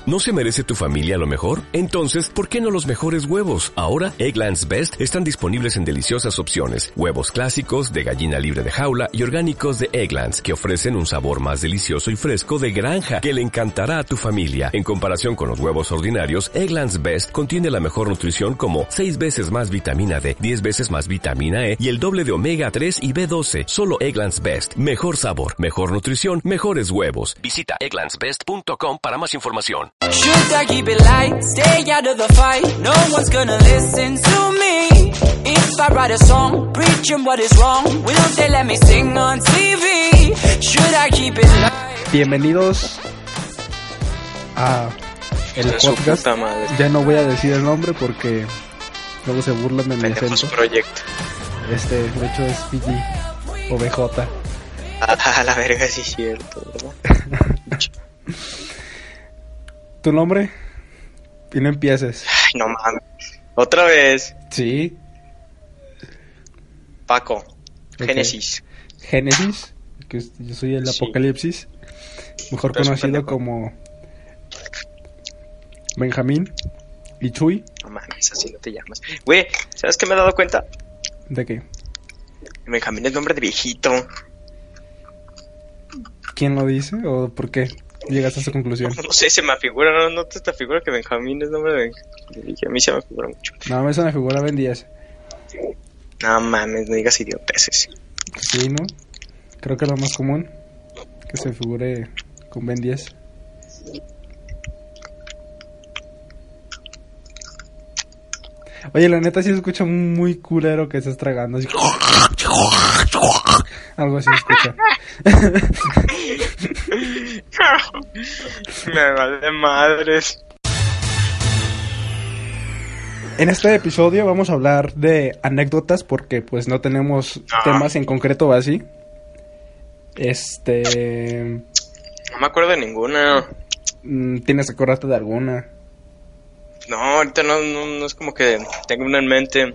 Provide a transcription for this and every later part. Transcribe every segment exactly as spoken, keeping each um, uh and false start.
¿No se merece tu familia lo mejor? Entonces, ¿por qué no los mejores huevos? Ahora, Eggland's Best están disponibles en deliciosas opciones. Huevos clásicos, de gallina libre de jaula y orgánicos de Eggland's, que ofrecen un sabor más delicioso y fresco de granja, que le encantará a tu familia. En comparación con los huevos ordinarios, Eggland's Best contiene la mejor nutrición como seis veces más vitamina D, diez veces más vitamina E y el doble de omega tres y B doce. Solo Eggland's Best. Mejor sabor, mejor nutrición, mejores huevos. Visita egglands best punto com para más información. Should I keep it light, stay out of the fight? No one's gonna listen to me. If I write a song, preaching what is wrong, will they let me sing on T V? Should I keep it light? Bienvenidos a el podcast. Ya no voy a decir el nombre porque luego se burlan de mi acento. Proyecto. Este, de hecho es P G o B J. Ah, la verga, sí es cierto, ¿verdad? ¿Tu nombre? Y no empieces. Ay, no mames. ¿Otra vez? Sí. Paco. Okay. Génesis. Génesis. Que es, yo soy el Sí. Apocalipsis. Mejor Pero conocido como Benjamín y Chuy. No mames, así no te llamas. Güey, ¿sabes qué me he dado cuenta? ¿De qué? Benjamín es nombre de viejito. ¿Quién lo dice o por qué llegaste a esa conclusión? No sé, se me afigura, no, no te te afigura que Benjamín es nombre de de viejito. A mí se me afigura mucho. No, eso me figura Ben diez. No mames, no digas idioteces. Sí, ¿no? Creo que es lo más común que se figure con Ben diez. Oye, la neta sí se escucha muy culero que estás tragando así. Algo así se escucha. Me vale madres. En este episodio vamos a hablar de anécdotas porque pues no tenemos Ah. temas en concreto así. Este... No me acuerdo de ninguna. mm, ¿Tienes que acordarte de alguna? No, ahorita no, no, no es como que tenga una en mente.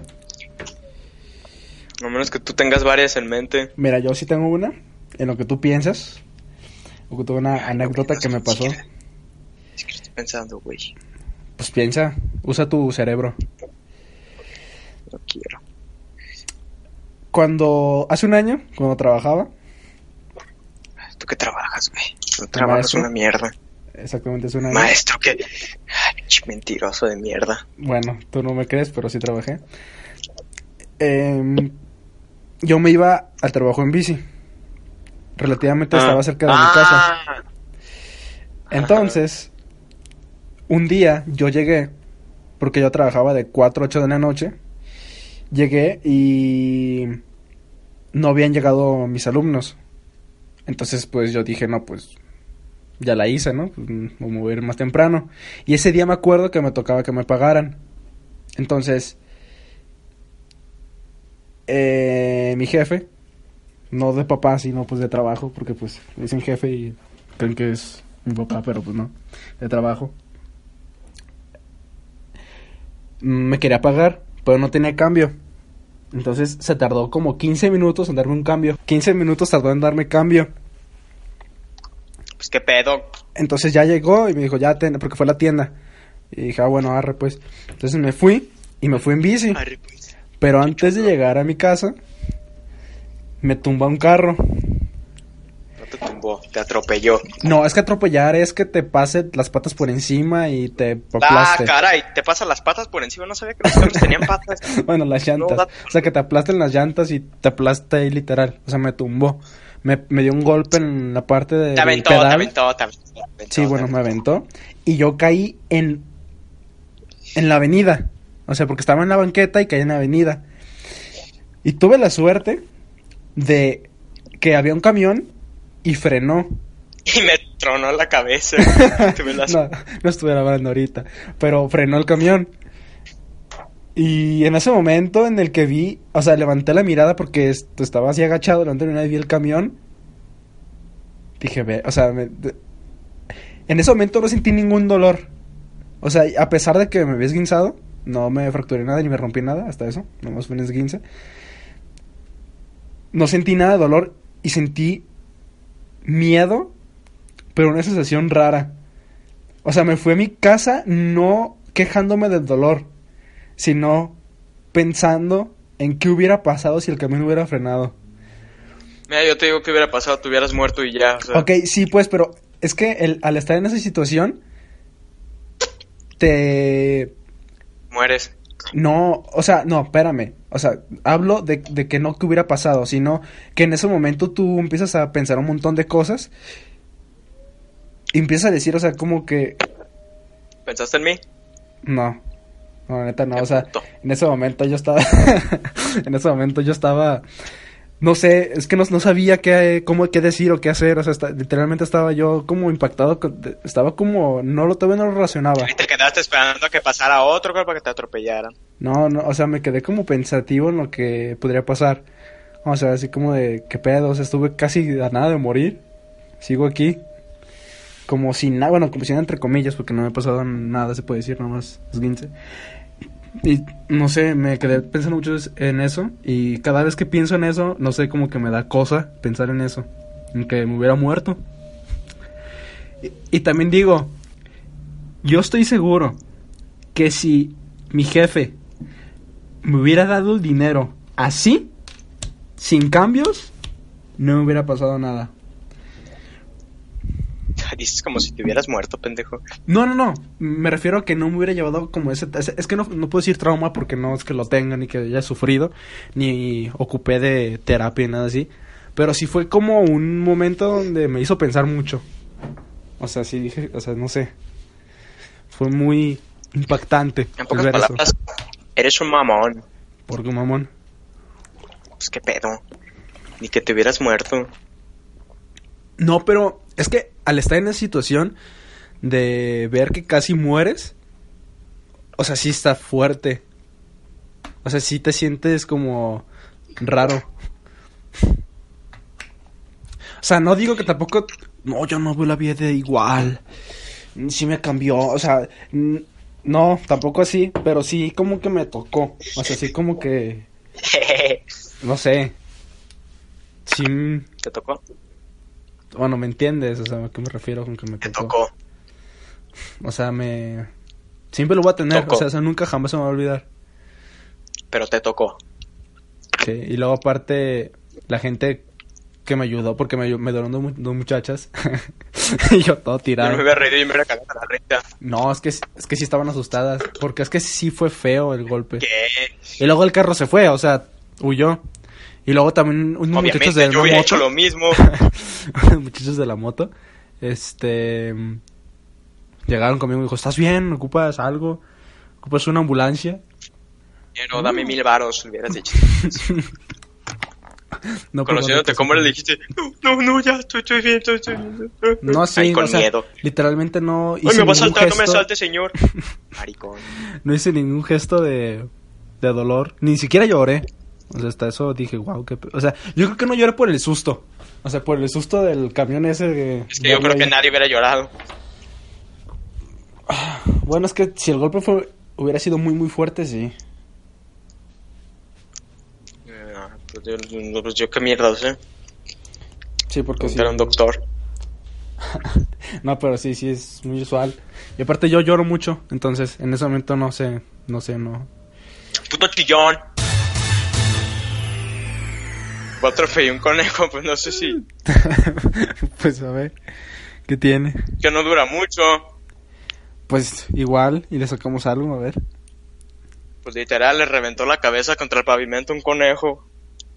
A menos que tú tengas varias en mente. Mira, yo sí tengo una, en lo que tú piensas. O que tuve una anécdota que me pasó. Es que estoy pensando, güey. Pues piensa, usa tu cerebro. No quiero. Cuando, hace un año, cuando trabajaba, ¿Tú qué trabajas, güey? Tú trabajas maestro. una mierda. exactamente hace un año. Maestro, que... Ay, pinche mentiroso de mierda. Bueno, tú no me crees, pero sí trabajé. Em, yo me iba al trabajo en bici. Relativamente Ah. estaba cerca de mi Ah. casa. Entonces, un día yo llegué, porque yo trabajaba de cuatro a ocho de la noche. Llegué y no habían llegado mis alumnos. Entonces, pues yo dije, no, pues ya la hice, ¿no? Pues, me voy a ir más temprano. Y ese día me acuerdo que me tocaba que me pagaran. Entonces, eh, mi jefe, no de papá, sino pues de trabajo, porque pues le dicen jefe y creen que es mi papá, pero pues no, de trabajo. Me quería pagar, pero no tenía cambio. Entonces se tardó como quince minutos en darme un cambio. quince minutos tardó en darme cambio. Pues qué pedo. Entonces ya llegó y me dijo, ya ten, porque fue a la tienda. Y dije, ah, bueno, arre, pues. Entonces me fui y me fui en bici. Arre, pues. Pero antes de llegar a mi casa, me tumba un carro. No te tumbó, te atropelló. No, es que atropellar es que te pase las patas por encima y te Ah, aplaste. caray, te pasan las patas por encima. No sabía que los carros tenían patas. Bueno, las llantas. No, da- O sea, que te aplasten las llantas y te aplaste ahí literal. O sea, me tumbó. Me, me dio un golpe en la parte de, Te del aventó, te pedal. aventó, te aventó. te aventó, Sí, te bueno, me aventó. Y yo caí en, en la avenida. O sea, porque estaba en la banqueta y caí en la avenida. Y tuve la suerte de que había un camión y frenó. Y me tronó la cabeza. Tuve la No, no estuviera hablando ahorita. Pero frenó el camión. Y en ese momento en el que vi, o sea, levanté la mirada porque est- estaba así agachado, levanté la mirada y vi el camión. Dije, ve, o sea, me- de- en ese momento no sentí ningún dolor. O sea, a pesar de que me había esguinzado, no me fracturé nada ni me rompí nada, hasta eso, nomás fue un esguince. No sentí nada de dolor y sentí miedo, pero una sensación rara. O sea, me fui a mi casa no quejándome del dolor, sino pensando en qué hubiera pasado si el camión hubiera frenado. Mira, yo te digo que hubiera pasado, te hubieras muerto y ya. O sea. Ok, sí, pues, pero es que el, al estar en esa situación, te... Mueres. No, o sea, no, espérame. O sea, hablo de, de que no que hubiera pasado, sino que en ese momento tú empiezas a pensar un montón de cosas y empiezas a decir, o sea, como que... ¿Pensaste en mí? No, no, neta no, Qué o sea, puto. en ese momento yo estaba... en ese momento yo estaba... No sé, es que no, no sabía qué, cómo, qué decir o qué hacer, o sea, está, literalmente estaba yo como impactado, con, estaba como, no lo, todavía no lo relacionaba. Y te quedaste esperando a que pasara otro para que te atropellaran. No, no, o sea, me quedé como pensativo en lo que podría pasar, o sea, así como de, qué pedo, o sea, estuve casi a nada de morir, sigo aquí, como sin nada, bueno, como sin entre comillas, porque no me ha pasado nada, se puede decir, nomás esguince. Y no sé, me quedé pensando mucho en eso. Y cada vez que pienso en eso, no sé, como que me da cosa pensar en eso, en que me hubiera muerto. Y, y también digo, yo estoy seguro que si mi jefe me hubiera dado el dinero así, sin cambios, no me hubiera pasado nada. Dices como si te hubieras muerto, pendejo. No, no, no, me refiero a que no me hubiera llevado como ese... ese es que no, no puedo decir trauma porque no es que lo tenga, ni que haya sufrido, ni ocupé de terapia, ni nada así. Pero sí fue como un momento donde me hizo pensar mucho. O sea, sí dije, o sea, no sé. Fue muy impactante. En pocas ver palabras, eso. eres un mamón. ¿Por qué, mamón? Pues qué pedo. Ni que te hubieras muerto. No, pero es que al estar en esa situación de ver que casi mueres, o sea, sí está fuerte. O sea, sí te sientes como raro. O sea, no digo que tampoco... No, yo no veo la vida igual. Sí me cambió, o sea... n- No, tampoco así, pero sí como que me tocó. O sea, sí como que... No sé. Sí... ¿Te tocó? Bueno, ¿me entiendes? O sea, ¿a qué me refiero con que me Te tocó? tocó. O sea, me... Siempre lo voy a tener, Tocó. o sea, eso nunca jamás se me va a olvidar. Pero te tocó. Sí, y luego aparte, la gente que me ayudó, porque me, ayu- me dieron dos, mu- dos muchachas, y yo todo Yo tirado. no me hubiera reído y me hubiera cagado la risa. No, es que, es que sí estaban asustadas, porque es que sí fue feo el golpe. ¿Qué? Y luego el carro se fue, o sea, huyó. Y luego también unos muchachos Obviamente de yo la hubiera moto, hecho lo mismo. unos muchachos de la moto, este... Llegaron conmigo y dijo, ¿estás bien? ¿Ocupas algo? ¿Ocupas una ambulancia? Pero dame mil varos, hubieras dicho. No, pues, Conociéndote, no, ¿cómo le dijiste? No, no, no, ya, estoy, estoy bien, estoy, estoy bien. No, sí, Ay, con o sea, miedo. literalmente no Ay, hice me va a ningún saltar, no me gesto, salte, señor. Maricón. no hice ningún gesto de, de dolor, ni siquiera lloré. O sea, hasta eso dije, wow, qué... pe-". O sea, yo creo que no lloré por el susto. O sea, por el susto del camión ese. Que Es que yo creo que nadie hubiera llorado. Bueno, es que si el golpe fue hubiera sido muy, muy fuerte, sí. Ah, pues yo, no, pues yo qué mierda, ¿eh? Sí, porque sí. Preguntar a un doctor. No, pero sí, sí, es muy usual. Y aparte yo lloro mucho, entonces en ese momento no sé, no sé, no... Puto chillón. Fue atropellé un conejo, pues no sé si... Pues a ver, ¿qué tiene? Que no dura mucho. Pues igual, y le sacamos algo, a ver. Pues literal, le reventó la cabeza contra el pavimento un conejo.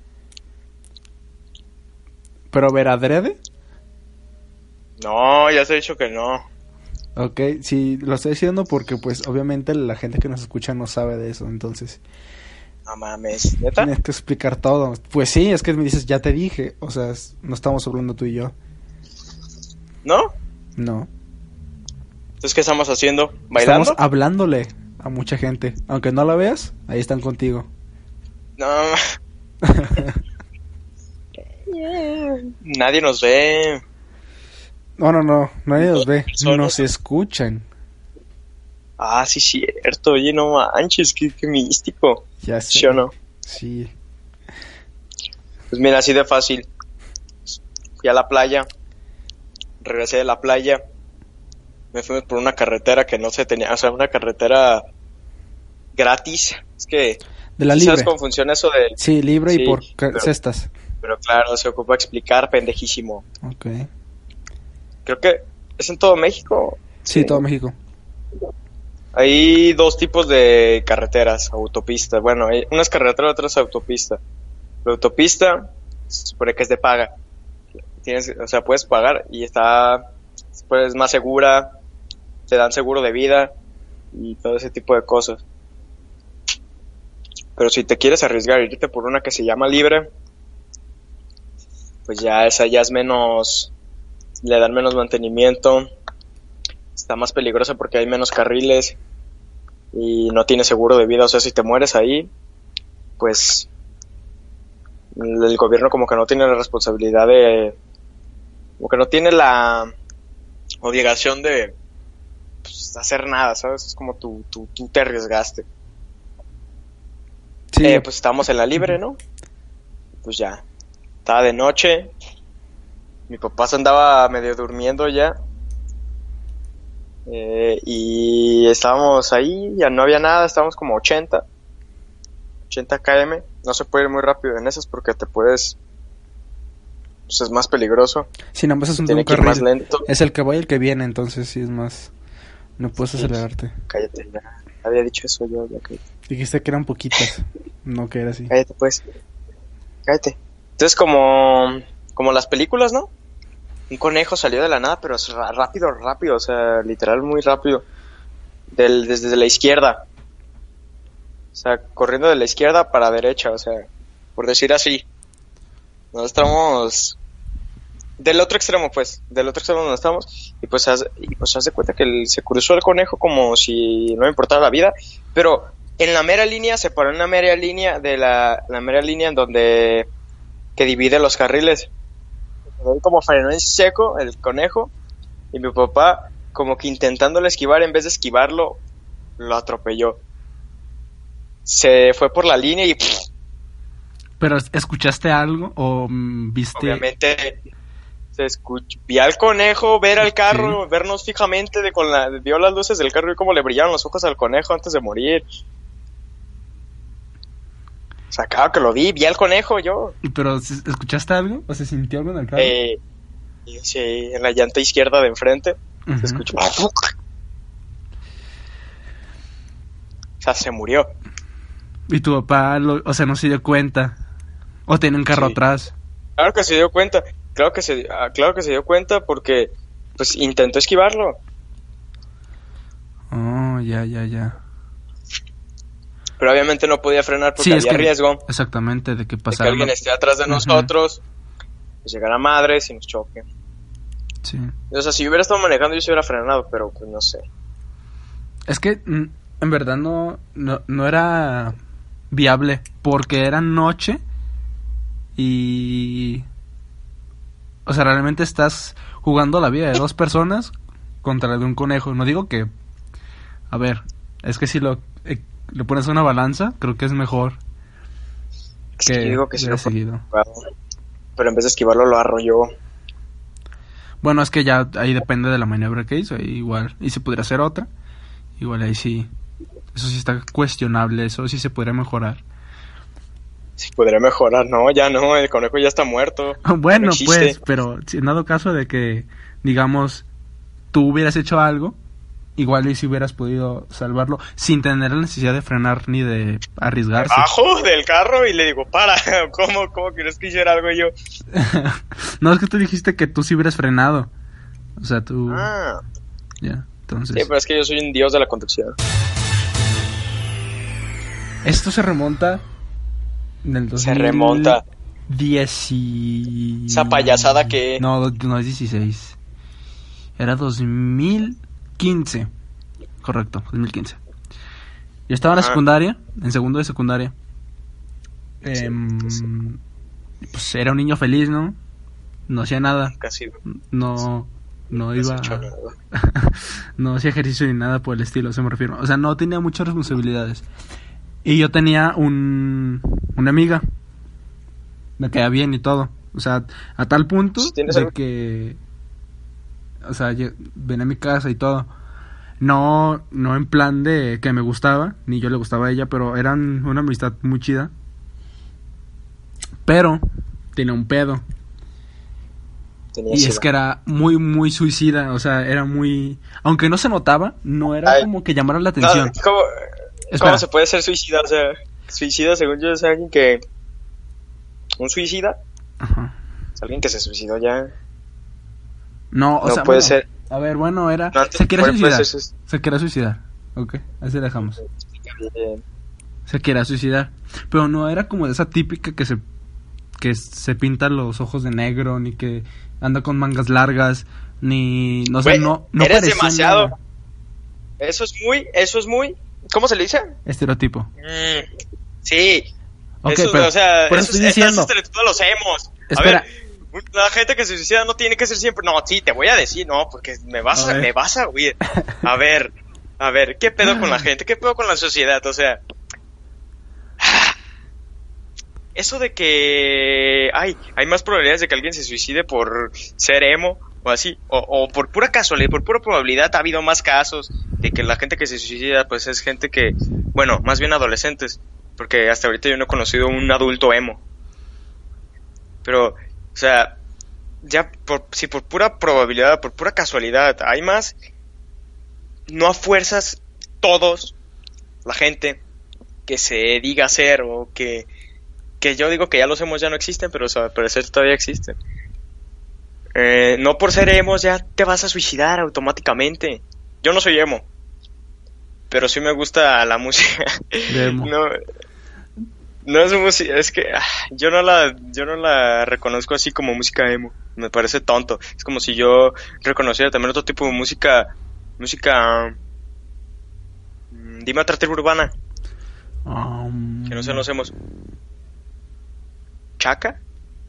Pero a ver, ¿adrede? No, ya se ha dicho que no. Ok, sí, lo estoy diciendo porque pues obviamente la gente que nos escucha no sabe de eso, entonces... No mames, ¿neta? Tienes que explicar todo. Pues sí, es que me dices, ya te dije, o sea, es- no estamos hablando tú y yo. ¿No? No. Entonces, ¿qué estamos haciendo? ¿Bailando? Estamos hablándole a mucha gente. Aunque no la veas, ahí están contigo. No. Nadie nos ve. No, no, no, nadie nos ve, Personas. nos escuchan. Ah, sí, cierto. Oye, no manches, qué, qué místico. Ya sé. ¿Sí o no? Sí. Pues mira, así de fácil. Fui a la playa. Regresé de la playa. me fuimos por una carretera que no se tenía, o sea, una carretera gratis. Es que De la ¿sí libre. ¿sabes cómo funciona eso de? Sí, libre Sí, y por ca- pero- cestas. Pero claro, se ocupa explicar, pendejísimo. Ok. Creo que es en todo México. Sí, todo México. Hay dos tipos de carreteras, autopistas. Bueno, hay unas carreteras, otras autopistas. La autopista se supone que es de paga. Tienes, o sea, puedes pagar y está, pues, es más segura, te dan seguro de vida y todo ese tipo de cosas. Pero si te quieres arriesgar y irte por una que se llama libre, pues ya esa ya es menos, le dan menos mantenimiento, está más peligrosa porque hay menos carriles y no tiene seguro de vida. O sea, si te mueres ahí, pues el gobierno como que no tiene la responsabilidad de, como que no tiene la obligación de, pues, hacer nada, ¿sabes? Es como tú, tú, tú te arriesgaste. Sí, Eh, pues estábamos en la libre, ¿no? Pues ya, estaba de noche, mi papá se andaba medio durmiendo ya, eh, y estábamos ahí, ya no había nada, estábamos como ochenta kilómetros, no se puede ir muy rápido en esas porque te puedes, pues es más peligroso, si nada más es un, tiene un que ir más carril. lento. Es el que va y el que viene, entonces sí es más... No puedes Sí. acelerarte. Cállate, ya había dicho eso yo, ya cállate. Dijiste que eran poquitas, no que era así. Cállate pues, cállate. Entonces como, como las películas, ¿no? Un conejo salió de la nada, pero es ra- rápido, rápido, o sea, literal muy rápido. Del, desde la izquierda. O sea, corriendo de la izquierda para derecha, o sea, por decir así. Nosotros estamos del otro extremo, pues, del otro extremo donde estamos, y pues haz, y pues haz de cuenta que el- se cruzó el conejo como si no le importara la vida, pero en la mera línea, se paró en la mera línea de la, la mera línea en donde que divide los carriles. Como frenó en seco el conejo, y mi papá como que intentándolo esquivar, en vez de esquivarlo, lo atropelló. Se fue por la línea y pff, ¿Pero escuchaste algo o mm, viste...? obviamente se escuchó, vi al conejo ver al carro, vernos fijamente, de con la, vio las luces del carro y cómo le brillaron los ojos al conejo antes de morir. O sea, claro que lo vi, vi al conejo yo. ¿Pero si- escuchaste algo? ¿O se sintió algo en el carro? Eh, y sí, en la llanta izquierda de enfrente Ujú. se escuchó. O sea, se murió. Y tu papá, lo- o sea, no se dio cuenta. O tenía un carro Sí. atrás. Claro que se dio cuenta, claro que se, ah, claro que se dio cuenta porque pues intentó esquivarlo. Oh, ya, ya, ya. Pero obviamente no podía frenar porque Sí, es había que... riesgo Exactamente, de que de que pasara... alguien algo. esté atrás de Ujú. nosotros, pues llegara a madres y nos choque. Sí. O sea, si yo hubiera estado manejando yo se hubiera frenado, pero pues no sé. Es que mm, en verdad no, no, no era viable porque era noche y... O sea, realmente estás jugando la vida de dos personas contra la de un conejo. No digo que... A ver, es que si lo, eh, le pones a una balanza, creo que es mejor Es que que yo digo que sí hubiera lo fue seguido. esquivado, pero en vez de esquivarlo lo arrolló. Bueno, es que ya ahí depende de la maniobra que hizo. Ahí igual, y se podría hacer otra. Igual ahí sí. Eso sí está cuestionable, eso sí se podría mejorar. Si podría mejorar, no, ya no, el conejo ya está muerto. Bueno, No existe. pues, pero si en dado caso de que, digamos, tú hubieras hecho algo, igual y si hubieras podido salvarlo sin tener la necesidad de frenar ni de arriesgarse. Bajo del carro y le digo, para, ¿cómo, cómo quieres que hiciera algo yo? No, es que tú dijiste que tú sí hubieras frenado. O sea, tú... Ah, Ya, entonces... sí, pero es que yo soy un dios de la conducción. Esto se remonta del dos mil... Se remonta. diez y... Esa payasada que... No, no es dieciséis. Era dos mil quince. Correcto, dos mil quince. Yo estaba en la Ajá. secundaria, en segundo de secundaria. Em, pues era un niño feliz, ¿no? No hacía nada. Casi No, no iba... hecho nada. No hacía ejercicio ni nada por el estilo, se me refiero. O sea, no tenía muchas responsabilidades. Y yo tenía un... Una amiga. Me caía bien y todo. O sea, a tal punto ¿Sí tienes de algo? que... o sea, lle- venía a mi casa y todo. No, no en plan de que me gustaba, ni yo le gustaba a ella, pero eran una amistad muy chida. Pero tenía un pedo. Tenía Y sida. es que era muy, muy suicida, o sea, era muy... Aunque no se notaba, no era Ay. como que llamara la No, atención. ¿cómo, Espera. ¿Cómo se puede ser suicida? O sea, suicida, según yo, es alguien que... Un suicida Ajá. es alguien que se suicidó ya. No, o No sea, puede bueno, ser. a ver, bueno, era... No, antes- se quería puede- puede suicidar, ser sus- se quería suicidar. Ok, así dejamos. eh, Se quería suicidar. Pero no era como de esa típica que se... Que se pinta los ojos de negro, ni que anda con mangas largas, ni... No sé, Güey, no, no eres parecía demasiado. nada. Eso es muy, eso es muy... ¿Cómo se le dice? Estereotipo. Mm, sí. Ok, eso, pero o sea, por eso eso estoy es- diciendo. estás estereotipando los emos. A Espera. ver, la gente que se suicida no tiene que ser siempre... No, sí, te voy a decir, no, porque me vas A a, ver. me vas a huir. A ver, a ver, ¿qué pedo con la gente? ¿Qué pedo con la sociedad? O sea... Eso de que ay, hay más probabilidades de que alguien se suicide por ser emo o así, o, o por pura casualidad, por pura probabilidad ha habido más casos de que la gente que se suicida pues es gente que, bueno, más bien adolescentes, porque hasta ahorita yo no he conocido un adulto emo. Pero, o sea, ya por, si por pura probabilidad, por pura casualidad hay más, no a fuerzas todos, la gente que se diga ser o que que yo digo que ya los emos ya no existen, pero o sea, al parecer todavía existen. Eh, no por ser emos ya te vas a suicidar automáticamente. Yo no soy emo, pero sí me gusta la música. De emo. No, no es música, es que ah, yo no la, yo no la reconozco así como música emo. Me parece tonto. Es como si yo reconociera también otro tipo de música, música, mm, dime otra tribu urbana Um, que no sean los emos. ¿Chaca?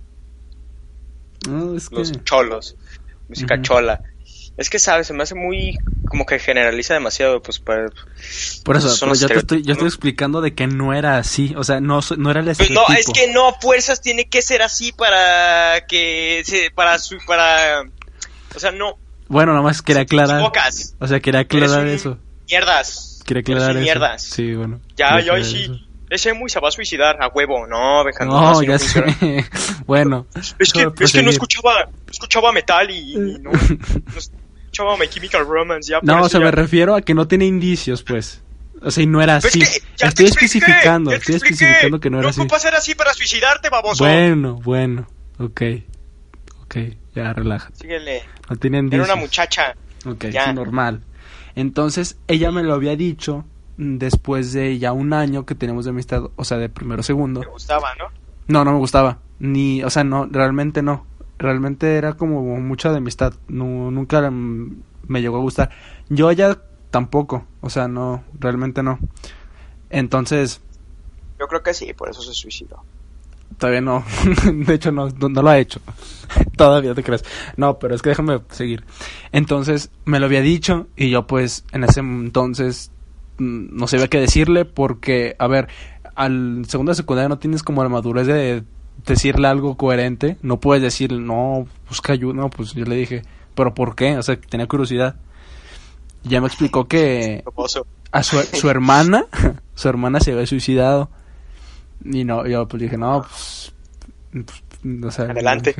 no, es que... Los cholos, música Ujú. chola. Es que, ¿sabes? Se me hace muy... como que generaliza demasiado, pues, para... Por eso, son pero los yo te estoy, yo estereotipos, estoy ¿no? explicando de que no era así, o sea, no, so- no era el Pues estereotipo. no, es que no a fuerzas tiene que ser así para que... Se, para su... para... O sea, no. Bueno, nada más quería Te aclarar, equivocas. o sea, quería Eres aclarar un eso, Mierdas. quería Eres aclarar un eso. mierdas. Sí, bueno. Ya, quería ya, aclarar sí. eso. Ese muy se va a suicidar a huevo. No, Benjamín. No, así ya funciona. sé. Bueno, Es que, déjame es que no proseguir. escuchaba, no escuchaba metal y, y no, no escuchaba My Chemical Romance. Ya, por No, o eso sea, ya- me refiero a que no tiene indicios, pues. O sea, y no era Pues así. es que ya Estoy te expliqué, especificando, ya te estoy expliqué. especificando que no era No así. ocupa ser así para suicidarte, baboso. Bueno, bueno, ok, ok, ya relájate. Síguele. No tiene Era indicios. una muchacha. Ok, Ya. sí, normal. Entonces, ella me lo había dicho mm, después de ya un año que tenemos de amistad, o sea, de primero segundo. Te gustaba, ¿no? No, no me gustaba. Ni, o sea, no, realmente no. Realmente era como mucha de amistad. No, nunca mm, me llegó a gustar. Yo a ella tampoco. O sea, no, realmente no. Entonces, Yo creo que sí, por eso se suicidó. todavía no. De hecho, no, no, no lo ha hecho. Todavía te crees. No, pero es que déjame seguir. Entonces, me lo había dicho. Y yo, pues, en ese entonces, mm, no sabía qué decirle. Porque, a ver, al segundo de secundaria no tienes como la madurez de decirle algo coherente. No puedes decirle, no, busca ayuda. No, pues yo le dije, ¿pero por qué? O sea, tenía curiosidad. Y ya me explicó que Baboso. a su, su hermana, su hermana se había suicidado. Y no, yo pues dije, no, pues, pues, o sea, Adelante.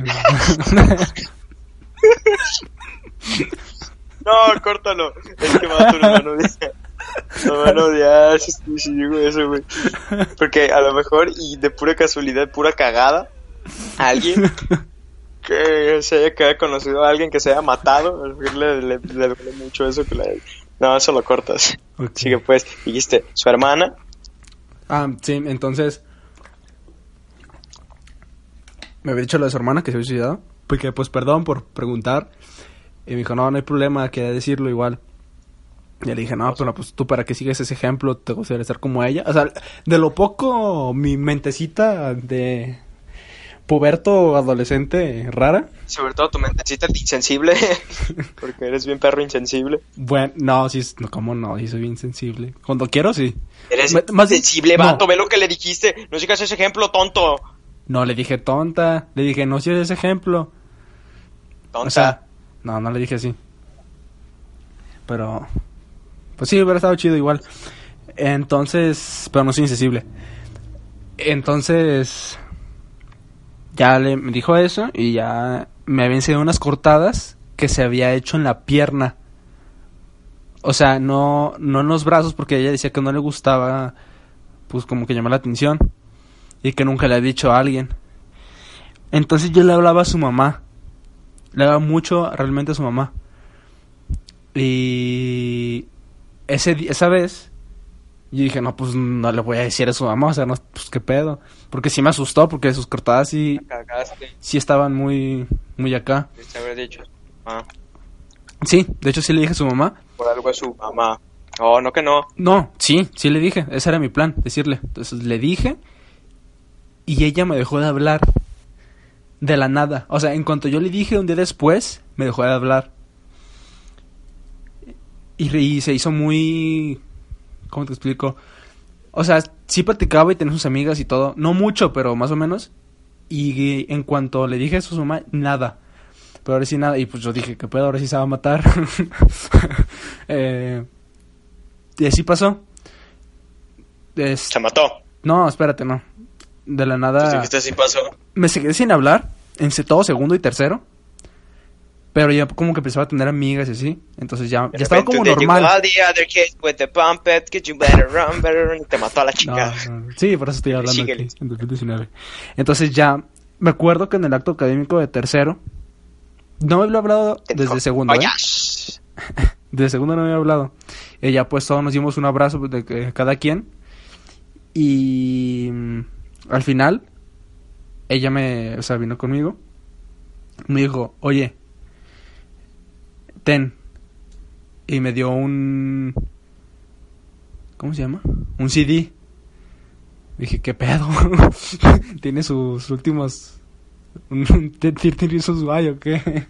No, córtalo. Es que va a tu hermano odiar. Me van a odiar si, si digo eso, güey. Porque a lo mejor, y de pura casualidad, pura cagada, alguien que se haya quedado conocido, a alguien que se haya matado, a lo mejor le, le, le duele mucho eso que le... No, eso lo cortas. Ok. Así que pues, dijiste, su hermana, Ah, sí, entonces me había dicho lo de su hermana que se había suicidado. Porque, pues, perdón por preguntar. Y me dijo, no, no hay problema, quería decirlo igual. Y le dije, no, pero pues tú para que sigas ese ejemplo, te gustaría estar como ella. O sea, de lo poco, mi mentecita de puberto adolescente rara. sobre todo tu mentecita insensible, porque eres bien perro insensible. Bueno, no, sí, no, ¿cómo no? Sí, soy bien sensible. Cuando quiero, sí. Eres Me- más bien- sensible, no. vato, ve lo que le dijiste. No sigas ese ejemplo, tonto. No, le dije tonta. Le dije, no sigas ese ejemplo. Tonta. O sea, No, no le dije así. Pero... Pues sí, hubiera estado chido igual. Entonces... Pero no soy insensible. Entonces... Ya le me dijo eso y ya me había enseñado unas cortadas que se había hecho en la pierna. O sea, no, no en los brazos, porque ella decía que no le gustaba, pues como que llamar la atención. Y que nunca le había dicho a alguien. Entonces yo le hablaba a su mamá. Le hablaba mucho realmente a su mamá. Y ese esa vez yo dije, no, pues no le voy a decir a su mamá, o sea, no, pues qué pedo. Porque sí me asustó, porque sus cortadas sí, sí estaban muy, muy acá. Te habré dicho. Ah. Sí, de hecho sí le dije a su mamá. Por algo a su mamá. Oh, no que no. No, sí, sí le dije, ese era mi plan, decirle. Entonces le dije y ella me dejó de hablar de la nada. O sea, en cuanto yo le dije un día después, me dejó de hablar. Y, y se hizo muy... ¿Cómo te explico? O sea, sí platicaba y tenía sus amigas y todo. No mucho, pero más o menos. Y en cuanto le dije eso a su mamá, nada. Pero ahora sí nada. Y pues yo dije, ¿qué pedo? Ahora sí se va a matar. eh, y así pasó. Es... Se mató. No, espérate, no. De la nada... Pues, ¿sí pasó? Me quedé sin hablar en todo segundo y tercero. Pero ya como que empezaba a tener amigas y así. Entonces ya, ya estaba como normal. Te mató a la chica. No, no, sí, por eso estoy hablando aquí, en dos mil diecinueve. Entonces ya me acuerdo que en el acto académico de tercero no me había hablado desde segundo, ¿eh? Desde segundo no me había hablado. Y ya pues todos nos dimos un abrazo de que, cada quien. Y mm, al final ella me, o sea, vino conmigo. Me dijo, oye, ten. Y me dio un... ¿Cómo se llama? Un C D. Dije, ¿qué pedo? Tiene sus últimos... ¿Tiene sus guay o qué?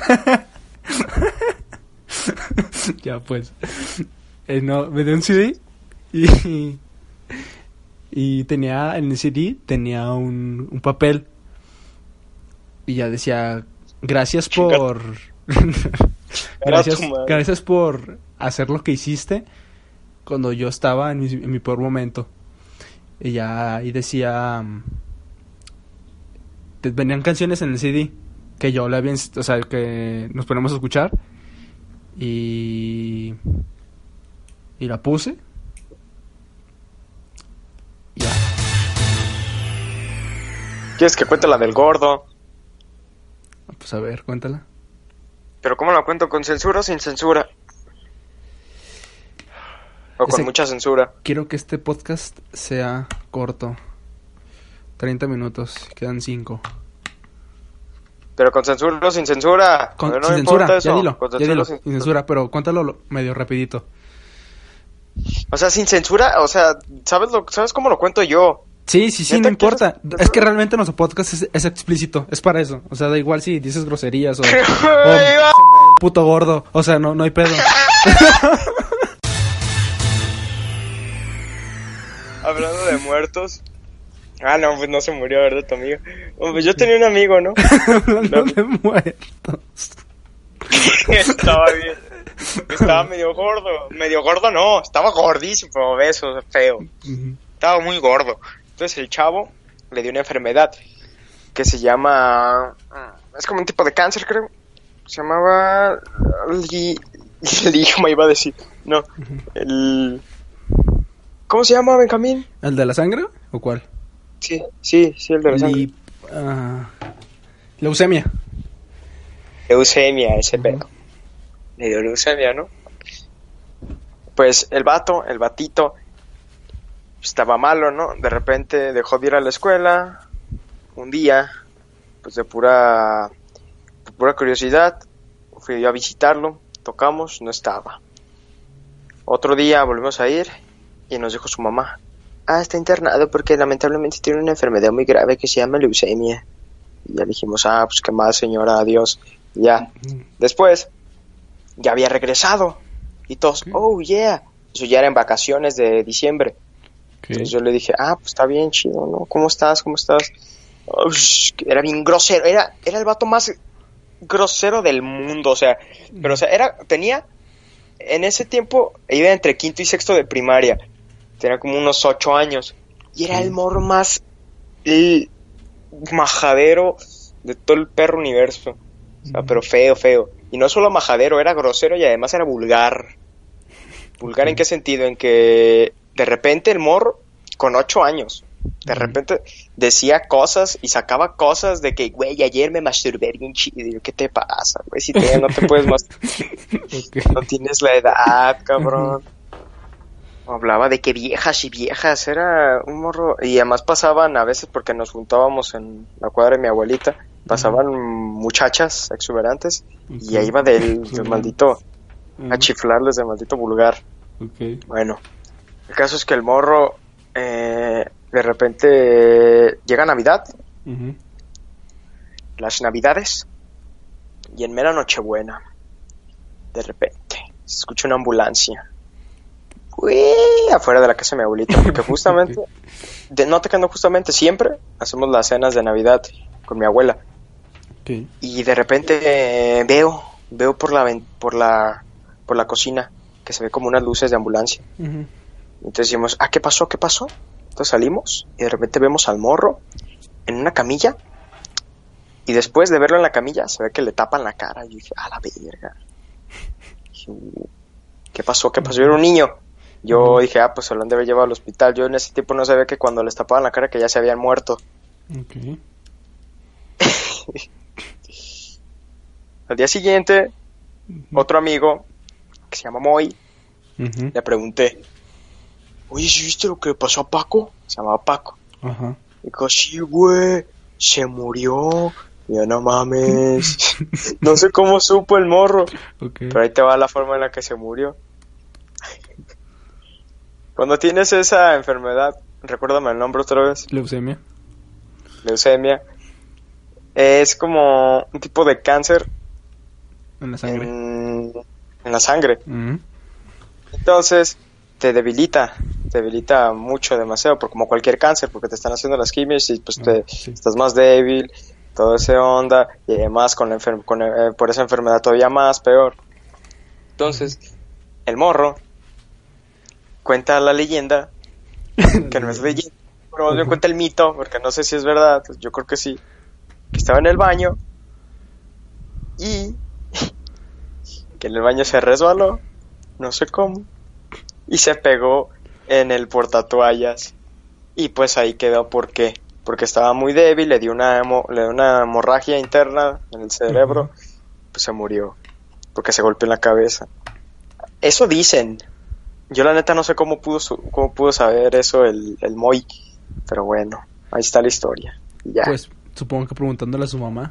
Ya pues. Eh, no, me dio un C D. Y... Y tenía... En el C D tenía un, un papel. Y ya decía... Gracias por... gracias, gracias por hacer lo que hiciste cuando yo estaba en mi, en mi peor momento. Y ya ahí decía... Te, venían canciones en el C D que yo le había... O sea, que nos ponemos a escuchar. Y... Y la puse. Y ya. ¿Quieres que cuente la del gordo? Pues a ver, cuéntala. ¿Pero cómo la cuento? ¿Con censura o sin censura? ¿O con Ese... mucha censura? Quiero que este podcast sea corto. treinta minutos, quedan cinco. ¿Pero con censura o sin censura? Con, no sin censura, ya dilo, con ya dilo, sin, sin censura, pero cuéntalo medio rapidito. O sea, sin censura, o sea, ¿sabes lo, sabes cómo lo cuento yo? Sí, sí, sí, no importa. Es que realmente nuestro podcast es, es explícito, es para eso. O sea, da igual si dices groserías o... o se murió el puto gordo. O sea, no, no hay pedo. Hablando de muertos... Ah, no, pues no se murió, ¿verdad, tu amigo? Pues yo tenía un amigo, ¿no? Hablando de muertos. Estaba bien. Estaba medio gordo. Medio gordo no, estaba gordísimo, obeso, feo. Uh-huh. Estaba muy gordo. Entonces el chavo le dio una enfermedad que se llama... Es como un tipo de cáncer, creo. Se llamaba... Li... Ligma iba a decir. No. Uh-huh. El... ¿Cómo se llama, Benjamín? ¿El de la sangre o cuál? Sí, sí, sí, el de la sangre. Li... Uh... Leucemia. Leucemia, ese uh-huh. pedo. Le dio leucemia, ¿no? Pues el vato, el batito... Estaba malo, ¿no? De repente dejó de ir a la escuela. Un día, pues de pura, de pura curiosidad, fui a visitarlo. Tocamos, no estaba. Otro día volvimos a ir y nos dijo su mamá: ah, está internado porque lamentablemente tiene una enfermedad muy grave que se llama leucemia. Y ya dijimos: ah, pues qué más, señora, adiós. Y ya. Después, ya había regresado. Y todos, oh, yeah. Eso ya era en vacaciones de diciembre. Okay. Entonces yo le dije: ah, pues está bien, chido, ¿no? ¿Cómo estás? ¿Cómo estás? Ush, era bien grosero, era, era el vato más grosero del mundo, o sea, pero o sea, era, tenía, en ese tiempo, iba entre quinto y sexto de primaria, tenía como unos ocho años, y era el morro más el majadero de todo el perro universo, o sea, pero feo, feo, y no solo majadero, era grosero y además era vulgar. ¿Vulgar en qué sentido? En que de repente el morro, con ocho años, de repente decía cosas y sacaba cosas de que, güey, ayer me masturbé bien chido. Y yo, ¿qué te pasa, güey? Si te, no te puedes masturbar. Okay. No tienes la edad, cabrón. Uh-huh. Hablaba de que viejas y viejas, era un morro. Y además pasaban a veces, porque nos juntábamos en la cuadra de mi abuelita, pasaban uh-huh. muchachas exuberantes, okay. y ahí iba del, del maldito, uh-huh. a chiflarles de maldito vulgar. Okay. Bueno, el caso es que el morro... Eh, de repente llega Navidad, uh-huh. las Navidades, y en mera Nochebuena, de repente se escucha una ambulancia, uy, afuera de la casa de mi abuelita, porque justamente, de, no te quedo justamente, siempre hacemos las cenas de Navidad con mi abuela, okay. y de repente eh, veo, veo por la, por la, por la cocina que se ve como unas luces de ambulancia. Uh-huh. Entonces decimos, ah, ¿qué pasó? ¿Qué pasó? Entonces salimos y de repente vemos al morro en una camilla, y después de verlo en la camilla se ve que le tapan la cara, y yo dije, a la verga. ¿Qué pasó? ¿Qué pasó? Yo era un niño. Yo uh-huh. dije, ah, pues se lo han de haber llevado al hospital. Yo en ese tiempo no sabía que cuando les tapaban la cara que ya se habían muerto. Okay. Al día siguiente, uh-huh. otro amigo que se llama Moy, uh-huh. le pregunté, oye, ¿sí viste lo que le pasó a Paco? Se llamaba Paco. Ajá. Y dijo, sí, güey, se murió. Y yo, no mames. No sé cómo supo el morro. Okay. Pero ahí te va la forma en la que se murió. Cuando tienes esa enfermedad, recuérdame el nombre otra vez. Leucemia. Leucemia. Es como un tipo de cáncer. En la sangre. En, en la sangre. Uh-huh. Entonces... te debilita, te debilita mucho, demasiado, por como cualquier cáncer, porque te están haciendo las quimios y pues te, sí. estás más débil, todo ese onda, y además con la enfer- con, eh, por esa enfermedad todavía más, peor. Entonces, el morro cuenta la leyenda, que no es leyenda, pero más bien cuenta el mito, porque no sé si es verdad, pues yo creo que sí, que estaba en el baño, y que en el baño se resbaló, no sé cómo, y se pegó en el portatoallas. Y pues ahí quedó. ¿Por qué? Porque estaba muy débil, le dio una, hemo, le dio una hemorragia interna en el cerebro. Uh-huh. Pues se murió. Porque se golpeó en la cabeza. Eso dicen. Yo la neta no sé cómo pudo, cómo pudo saber eso el, el Moy. Pero bueno, ahí está la historia. Ya. Pues supongo que preguntándole a su mamá.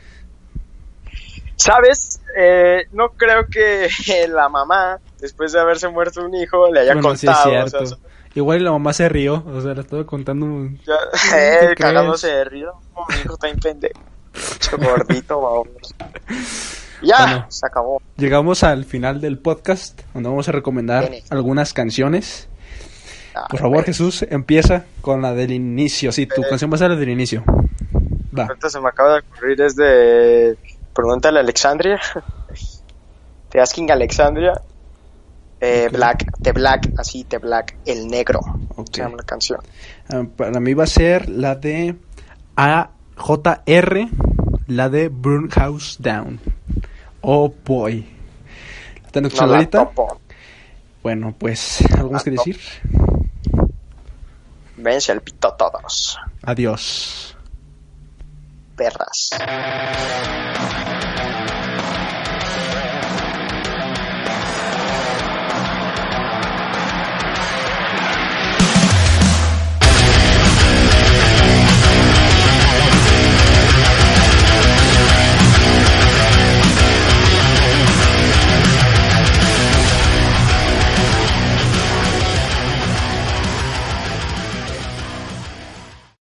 ¿Sabes? Eh, no creo que la mamá, después de haberse muerto un hijo, le haya bueno, contado. Sí es cierto. O sea, igual la mamá se rió, o sea, le estaba contando. Ya, eh, cagándose de río. Oh, mi hijo está en pendejo. Gordito, vamos. Ya, bueno, se acabó. Llegamos al final del podcast, donde vamos a recomendar Tiene. algunas canciones. Ah, Por favor, pues. Jesús, empieza con la del inicio. Sí, tu eh, canción va a ser la del inicio. Va. Ahorita se me acaba de ocurrir, es de... Pregúntale a Alexandria. The Asking Alexandria. Eh, okay. Black, The Black, así, The Black, el negro. Okay. Se llama la canción. Uh, para mí va a ser la de A J R, la de Burn House Down. Oh boy. ¿La están escuchando ahorita? Bueno, pues, ¿algo más que decir? Vence el pito a todos. Adiós. Perras.